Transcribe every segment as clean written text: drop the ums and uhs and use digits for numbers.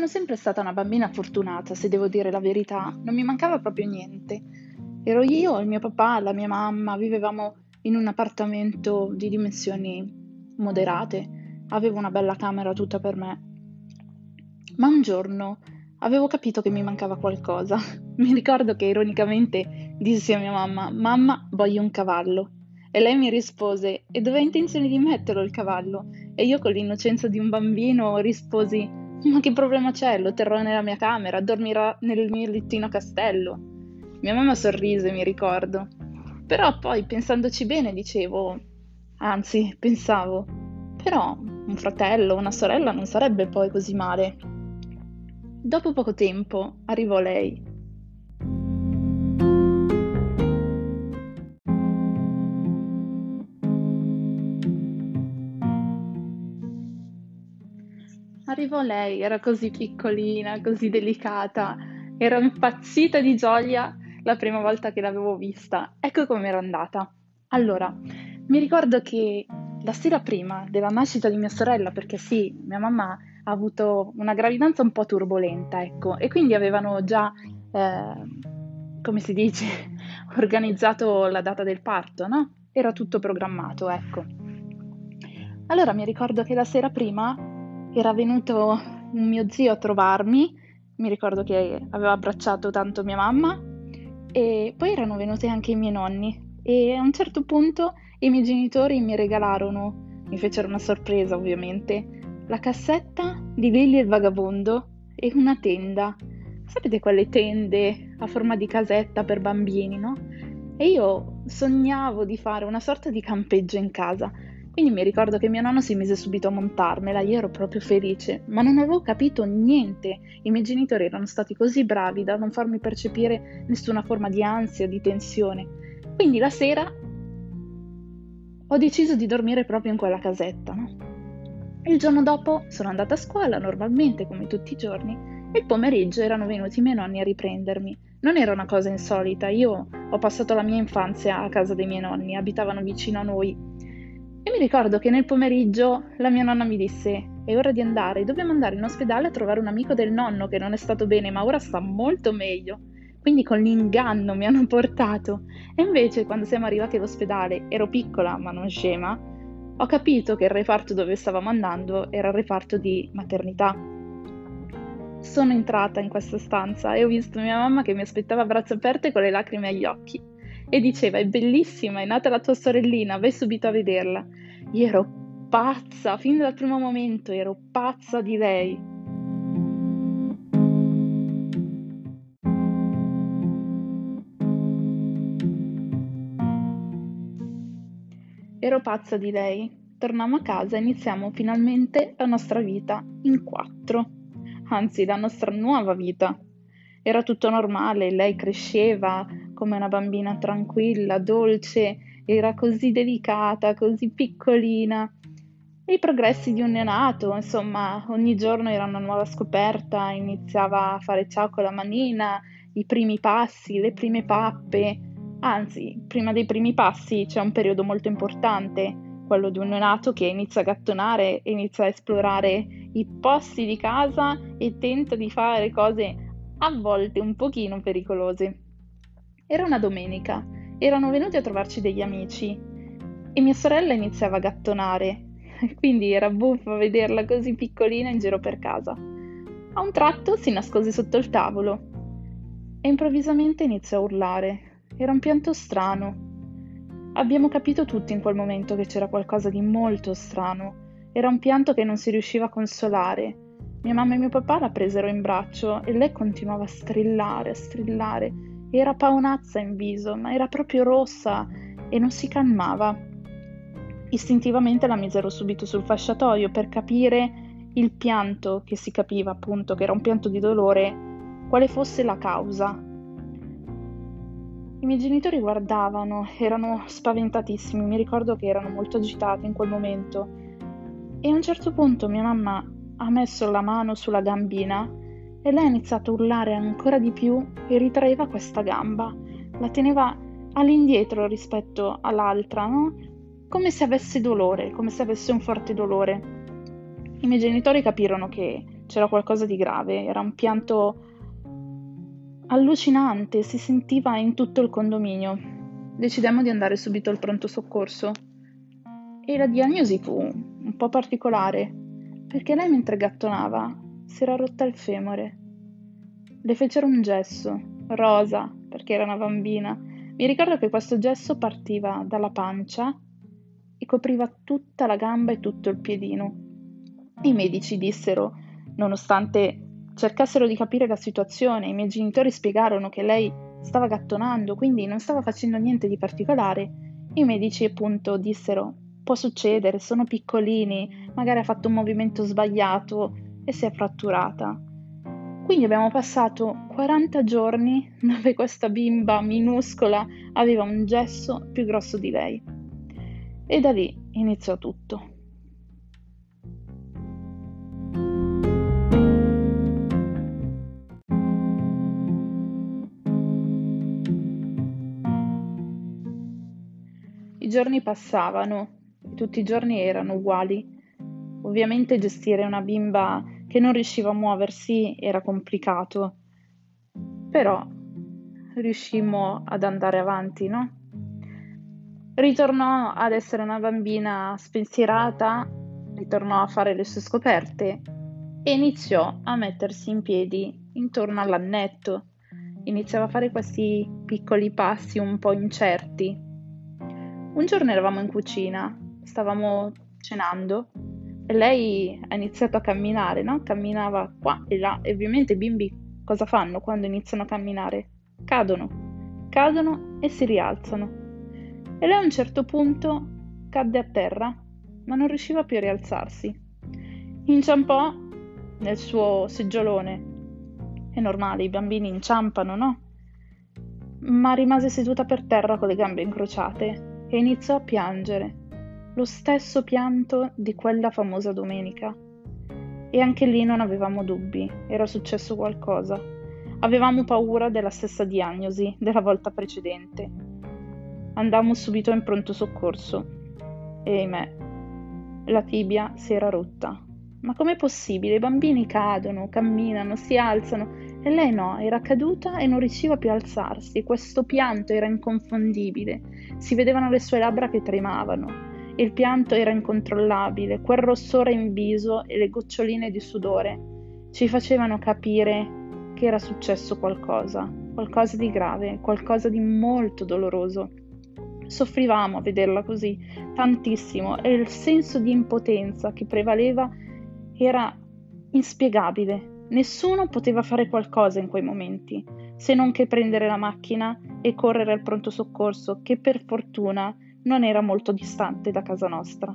Sono sempre stata una bambina fortunata, se devo dire la verità, non mi mancava proprio niente. Ero io, il mio papà, la mia mamma, vivevamo in un appartamento di dimensioni moderate, avevo una bella camera tutta per me. Ma un giorno avevo capito che mi mancava qualcosa. Mi ricordo che ironicamente dissi a mia mamma: Mamma, voglio un cavallo. E lei mi rispose: E dove hai intenzione di metterlo il cavallo? E io con l'innocenza di un bambino risposi: Ma che problema c'è? Lo terrò nella mia camera, dormirà nel mio lettino a castello. Mia mamma sorrise, mi ricordo. Però poi, pensandoci bene, dicevo, anzi, pensavo, però un fratello, una sorella non sarebbe poi così male. Dopo poco tempo arrivò lei. Arrivò lei, era così piccolina, così delicata, ero impazzita di gioia la prima volta che l'avevo vista. Ecco com'era andata. Allora, mi ricordo che la sera prima della nascita di mia sorella, perché sì, mia mamma ha avuto una gravidanza un po' turbolenta, ecco, e quindi avevano già, come si dice, organizzato la data del parto, no? Era tutto programmato, ecco. Allora mi ricordo che la sera prima era venuto un mio zio a trovarmi, mi ricordo che aveva abbracciato tanto mia mamma e poi erano venuti anche i miei nonni e a un certo punto i miei genitori mi fecero una sorpresa ovviamente, la cassetta di Lily e il vagabondo e una tenda. Sapete quelle tende a forma di casetta per bambini, no? E io sognavo di fare una sorta di campeggio in casa. Quindi mi ricordo che mio nonno si mise subito a montarmela, io ero proprio felice, ma non avevo capito niente. I miei genitori erano stati così bravi da non farmi percepire nessuna forma di ansia, di tensione. Quindi la sera ho deciso di dormire proprio in quella casetta, no? Il giorno dopo sono andata a scuola normalmente, come tutti i giorni, e il pomeriggio erano venuti i miei nonni a riprendermi. Non era una cosa insolita, io ho passato la mia infanzia a casa dei miei nonni, abitavano vicino a noi. E mi ricordo che nel pomeriggio la mia nonna mi disse: È ora di andare, dobbiamo andare in ospedale a trovare un amico del nonno che non è stato bene, ma ora sta molto meglio. Quindi con l'inganno mi hanno portato. E invece, quando siamo arrivati all'ospedale, ero piccola ma non scema, ho capito che il reparto dove stavamo andando era il reparto di maternità. Sono entrata in questa stanza e ho visto mia mamma che mi aspettava a braccia aperte con le lacrime agli occhi e diceva: È bellissima, è nata la tua sorellina, vai subito a vederla. Io ero pazza, fin dal primo momento ero pazza di lei. Ero pazza di lei. Tornammo a casa e iniziamo finalmente la nostra vita in quattro, anzi la nostra nuova vita. Era tutto normale, lei cresceva come una bambina tranquilla, dolce, era così delicata, così piccolina. E i progressi di un neonato, insomma, ogni giorno era una nuova scoperta, iniziava a fare ciao con la manina, i primi passi, le prime pappe. Anzi, prima dei primi passi c'è un periodo molto importante, quello di un neonato che inizia a gattonare, inizia a esplorare i posti di casa e tenta di fare cose a volte un pochino pericolose. Era una domenica, erano venuti a trovarci degli amici e mia sorella iniziava a gattonare, quindi era buffo vederla così piccolina in giro per casa. A un tratto si nascose sotto il tavolo e improvvisamente iniziò a urlare. Era un pianto strano. Abbiamo capito tutti in quel momento che c'era qualcosa di molto strano. Era un pianto che non si riusciva a consolare. Mia mamma e mio papà la presero in braccio e lei continuava a strillare, a strillare. Era paonazza in viso, ma era proprio rossa e non si calmava. Istintivamente la misero subito sul fasciatoio per capire il pianto che si capiva appunto che era un pianto di dolore, quale fosse la causa. I miei genitori guardavano, erano spaventatissimi, mi ricordo che erano molto agitati in quel momento e a un certo punto mia mamma ha messo la mano sulla gambina e lei ha iniziato a urlare ancora di più e ritraeva questa gamba, la teneva all'indietro rispetto all'altra, no? Come se avesse dolore, come se avesse un forte dolore. I miei genitori capirono che c'era qualcosa di grave, era un pianto allucinante, si sentiva in tutto il condominio. Decidemmo di andare subito al pronto soccorso e la diagnosi fu un po' particolare, perché lei mentre gattonava si era rotta il femore. Le fecero un gesso, rosa, perché era una bambina. Mi ricordo che questo gesso partiva dalla pancia e copriva tutta la gamba e tutto il piedino. I medici dissero, nonostante cercassero di capire la situazione, i miei genitori spiegarono che lei stava gattonando, quindi non stava facendo niente di particolare. I medici appunto dissero, può succedere, sono piccolini, magari ha fatto un movimento sbagliato e si è fratturata. Quindi abbiamo passato 40 giorni dove questa bimba minuscola aveva un gesso più grosso di lei. E da lì iniziò tutto. I giorni passavano e tutti i giorni erano uguali. Ovviamente gestire una bimba che non riusciva a muoversi era complicato, però riuscimmo ad andare avanti, no? Ritornò ad essere una bambina spensierata, ritornò a fare le sue scoperte e iniziò a mettersi in piedi intorno all'annetto. Iniziava a fare questi piccoli passi un po' incerti. Un giorno eravamo in cucina, stavamo cenando e lei ha iniziato a camminare, no? Camminava qua e là e ovviamente i bimbi cosa fanno quando iniziano a camminare? Cadono e si rialzano. E lei a un certo punto cadde a terra, ma non riusciva più a rialzarsi. Inciampò nel suo seggiolone. È normale, i bambini inciampano, no? Ma rimase seduta per terra con le gambe incrociate e iniziò a piangere, lo stesso pianto di quella famosa domenica. E anche lì non avevamo dubbi, era successo qualcosa. Avevamo paura della stessa diagnosi della volta precedente. Andammo subito in pronto soccorso e ahimè, la tibia si era rotta. Ma com'è possibile? I bambini cadono, camminano, si alzano e lei no, era caduta e non riusciva più a alzarsi. Questo pianto era inconfondibile. Si vedevano le sue labbra che tremavano. Il pianto era incontrollabile, quel rossore in viso e le goccioline di sudore ci facevano capire che era successo qualcosa di grave, qualcosa di molto doloroso. Soffrivamo a vederla così, tantissimo, e il senso di impotenza che prevaleva era inspiegabile. Nessuno poteva fare qualcosa in quei momenti, se non che prendere la macchina e correre al pronto soccorso, che per fortuna non era molto distante da casa nostra.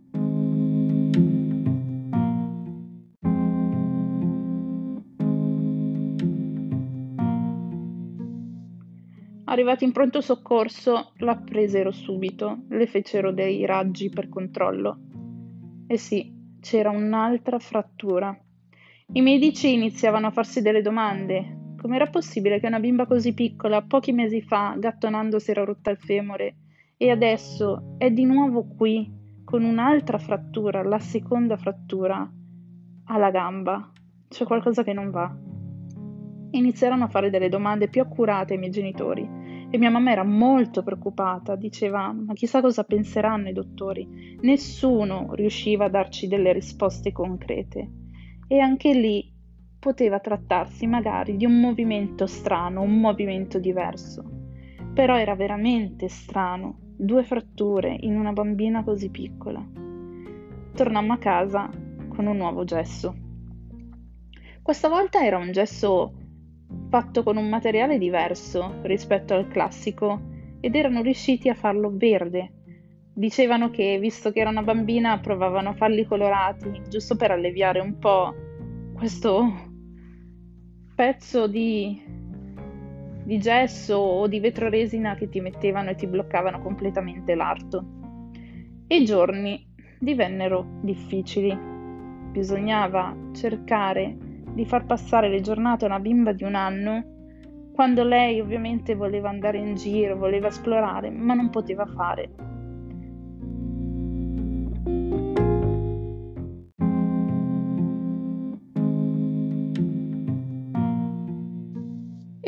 Arrivati in pronto soccorso, la presero subito, le fecero dei raggi per controllo. E sì, c'era un'altra frattura. I medici iniziavano a farsi delle domande. Com'era possibile che una bimba così piccola, pochi mesi fa, gattonando, si era rotta il femore e adesso è di nuovo qui con un'altra frattura, la seconda frattura alla gamba? C'è qualcosa che non va. Iniziarono a fare delle domande più accurate ai miei genitori e mia mamma era molto preoccupata, diceva: ma chissà cosa penseranno i dottori. Nessuno riusciva a darci delle risposte concrete. E anche lì poteva trattarsi magari di un movimento strano, un movimento diverso. Però era veramente strano, 2 fratture in una bambina così piccola. Tornammo a casa con un nuovo gesso. Questa volta era un gesso fatto con un materiale diverso rispetto al classico ed erano riusciti a farlo verde. Dicevano che, visto che era una bambina, provavano a farli colorati, giusto per alleviare un po' questo pezzo di gesso o di vetroresina che ti mettevano e ti bloccavano completamente l'arto. E i giorni divennero difficili. Bisognava cercare di far passare le giornate a una bimba di 1 anno, quando lei ovviamente voleva andare in giro, voleva esplorare, ma non poteva fare.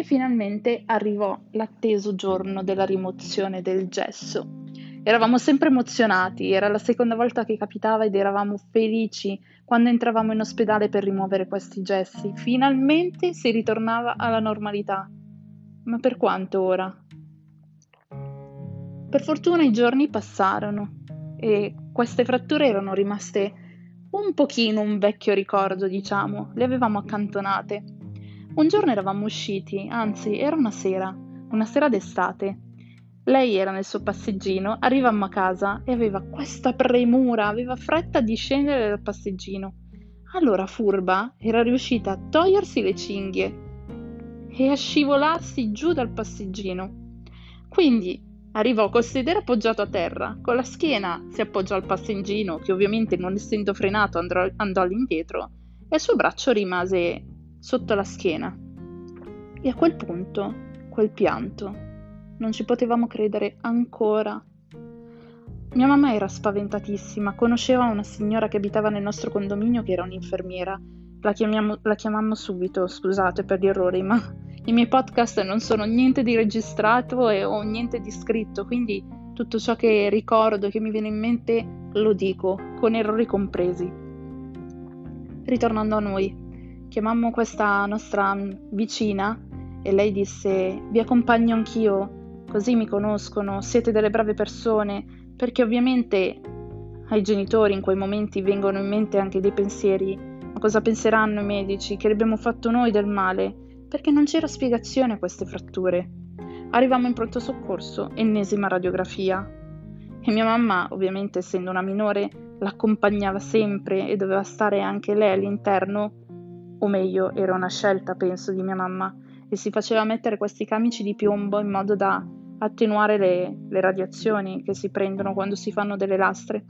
e finalmente arrivò l'atteso giorno della rimozione del gesso. Eravamo sempre emozionati, era la seconda volta che capitava ed eravamo felici quando entravamo in ospedale per rimuovere questi gessi. Finalmente si ritornava alla normalità. Ma per quanto ora? Per fortuna i giorni passarono e queste fratture erano rimaste un pochino un vecchio ricordo, diciamo, le avevamo accantonate. Un giorno eravamo usciti, anzi era una sera d'estate. Lei era nel suo passeggino, arrivammo a casa e aveva questa premura, aveva fretta di scendere dal passeggino. Allora, furba, era riuscita a togliersi le cinghie e a scivolarsi giù dal passeggino. Quindi arrivò col sedere appoggiato a terra, con la schiena si appoggiò al passeggino, che ovviamente non essendo frenato andò all'indietro, e il suo braccio rimase sotto la schiena. E a quel punto, quel pianto, non ci potevamo credere ancora. Mia mamma era spaventatissima, conosceva una signora che abitava nel nostro condominio che era un'infermiera. La chiamammo subito, scusate per gli errori, ma i miei podcast non sono niente di registrato o niente di scritto, quindi tutto ciò che ricordo e che mi viene in mente lo dico, con errori compresi. Ritornando a noi, chiamammo questa nostra vicina e lei disse: vi accompagno anch'io, così mi conoscono, siete delle brave persone, perché ovviamente ai genitori in quei momenti vengono in mente anche dei pensieri: ma cosa penseranno i medici, che abbiamo fatto noi del male? Perché non c'era spiegazione a queste fratture. Arrivammo in pronto soccorso, ennesima radiografia. E mia mamma, ovviamente essendo una minore, l'accompagnava sempre e doveva stare anche lei all'interno, o meglio, era una scelta, penso, di mia mamma, e si faceva mettere questi camici di piombo in modo da attenuare le radiazioni che si prendono quando si fanno delle lastre.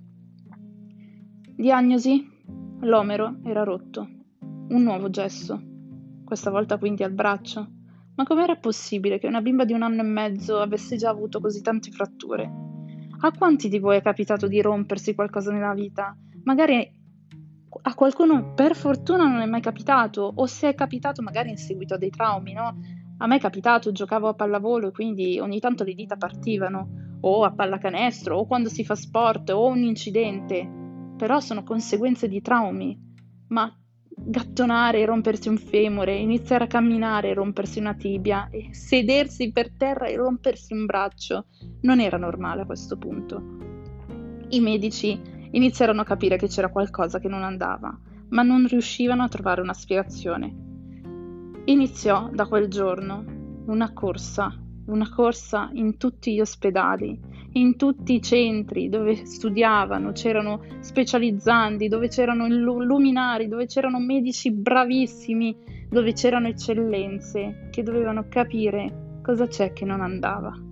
Diagnosi: l'omero era rotto. Un nuovo gesso, questa volta quindi al braccio. Ma com'era possibile che una bimba di 1 anno e mezzo avesse già avuto così tante fratture? A quanti di voi è capitato di rompersi qualcosa nella vita? Magari a qualcuno per fortuna non è mai capitato, o se è capitato magari in seguito a dei traumi, no? A me è capitato, giocavo a pallavolo e quindi ogni tanto le dita partivano, o a pallacanestro, o quando si fa sport, o un incidente. Però sono conseguenze di traumi. Ma gattonare e rompersi un femore, iniziare a camminare e rompersi una tibia, e sedersi per terra e rompersi un braccio, non era normale a questo punto. I medici iniziarono a capire che c'era qualcosa che non andava, ma non riuscivano a trovare una spiegazione. Iniziò da quel giorno una corsa in tutti gli ospedali, in tutti i centri dove studiavano, c'erano specializzandi, dove c'erano luminari, dove c'erano medici bravissimi, dove c'erano eccellenze che dovevano capire cosa c'è che non andava.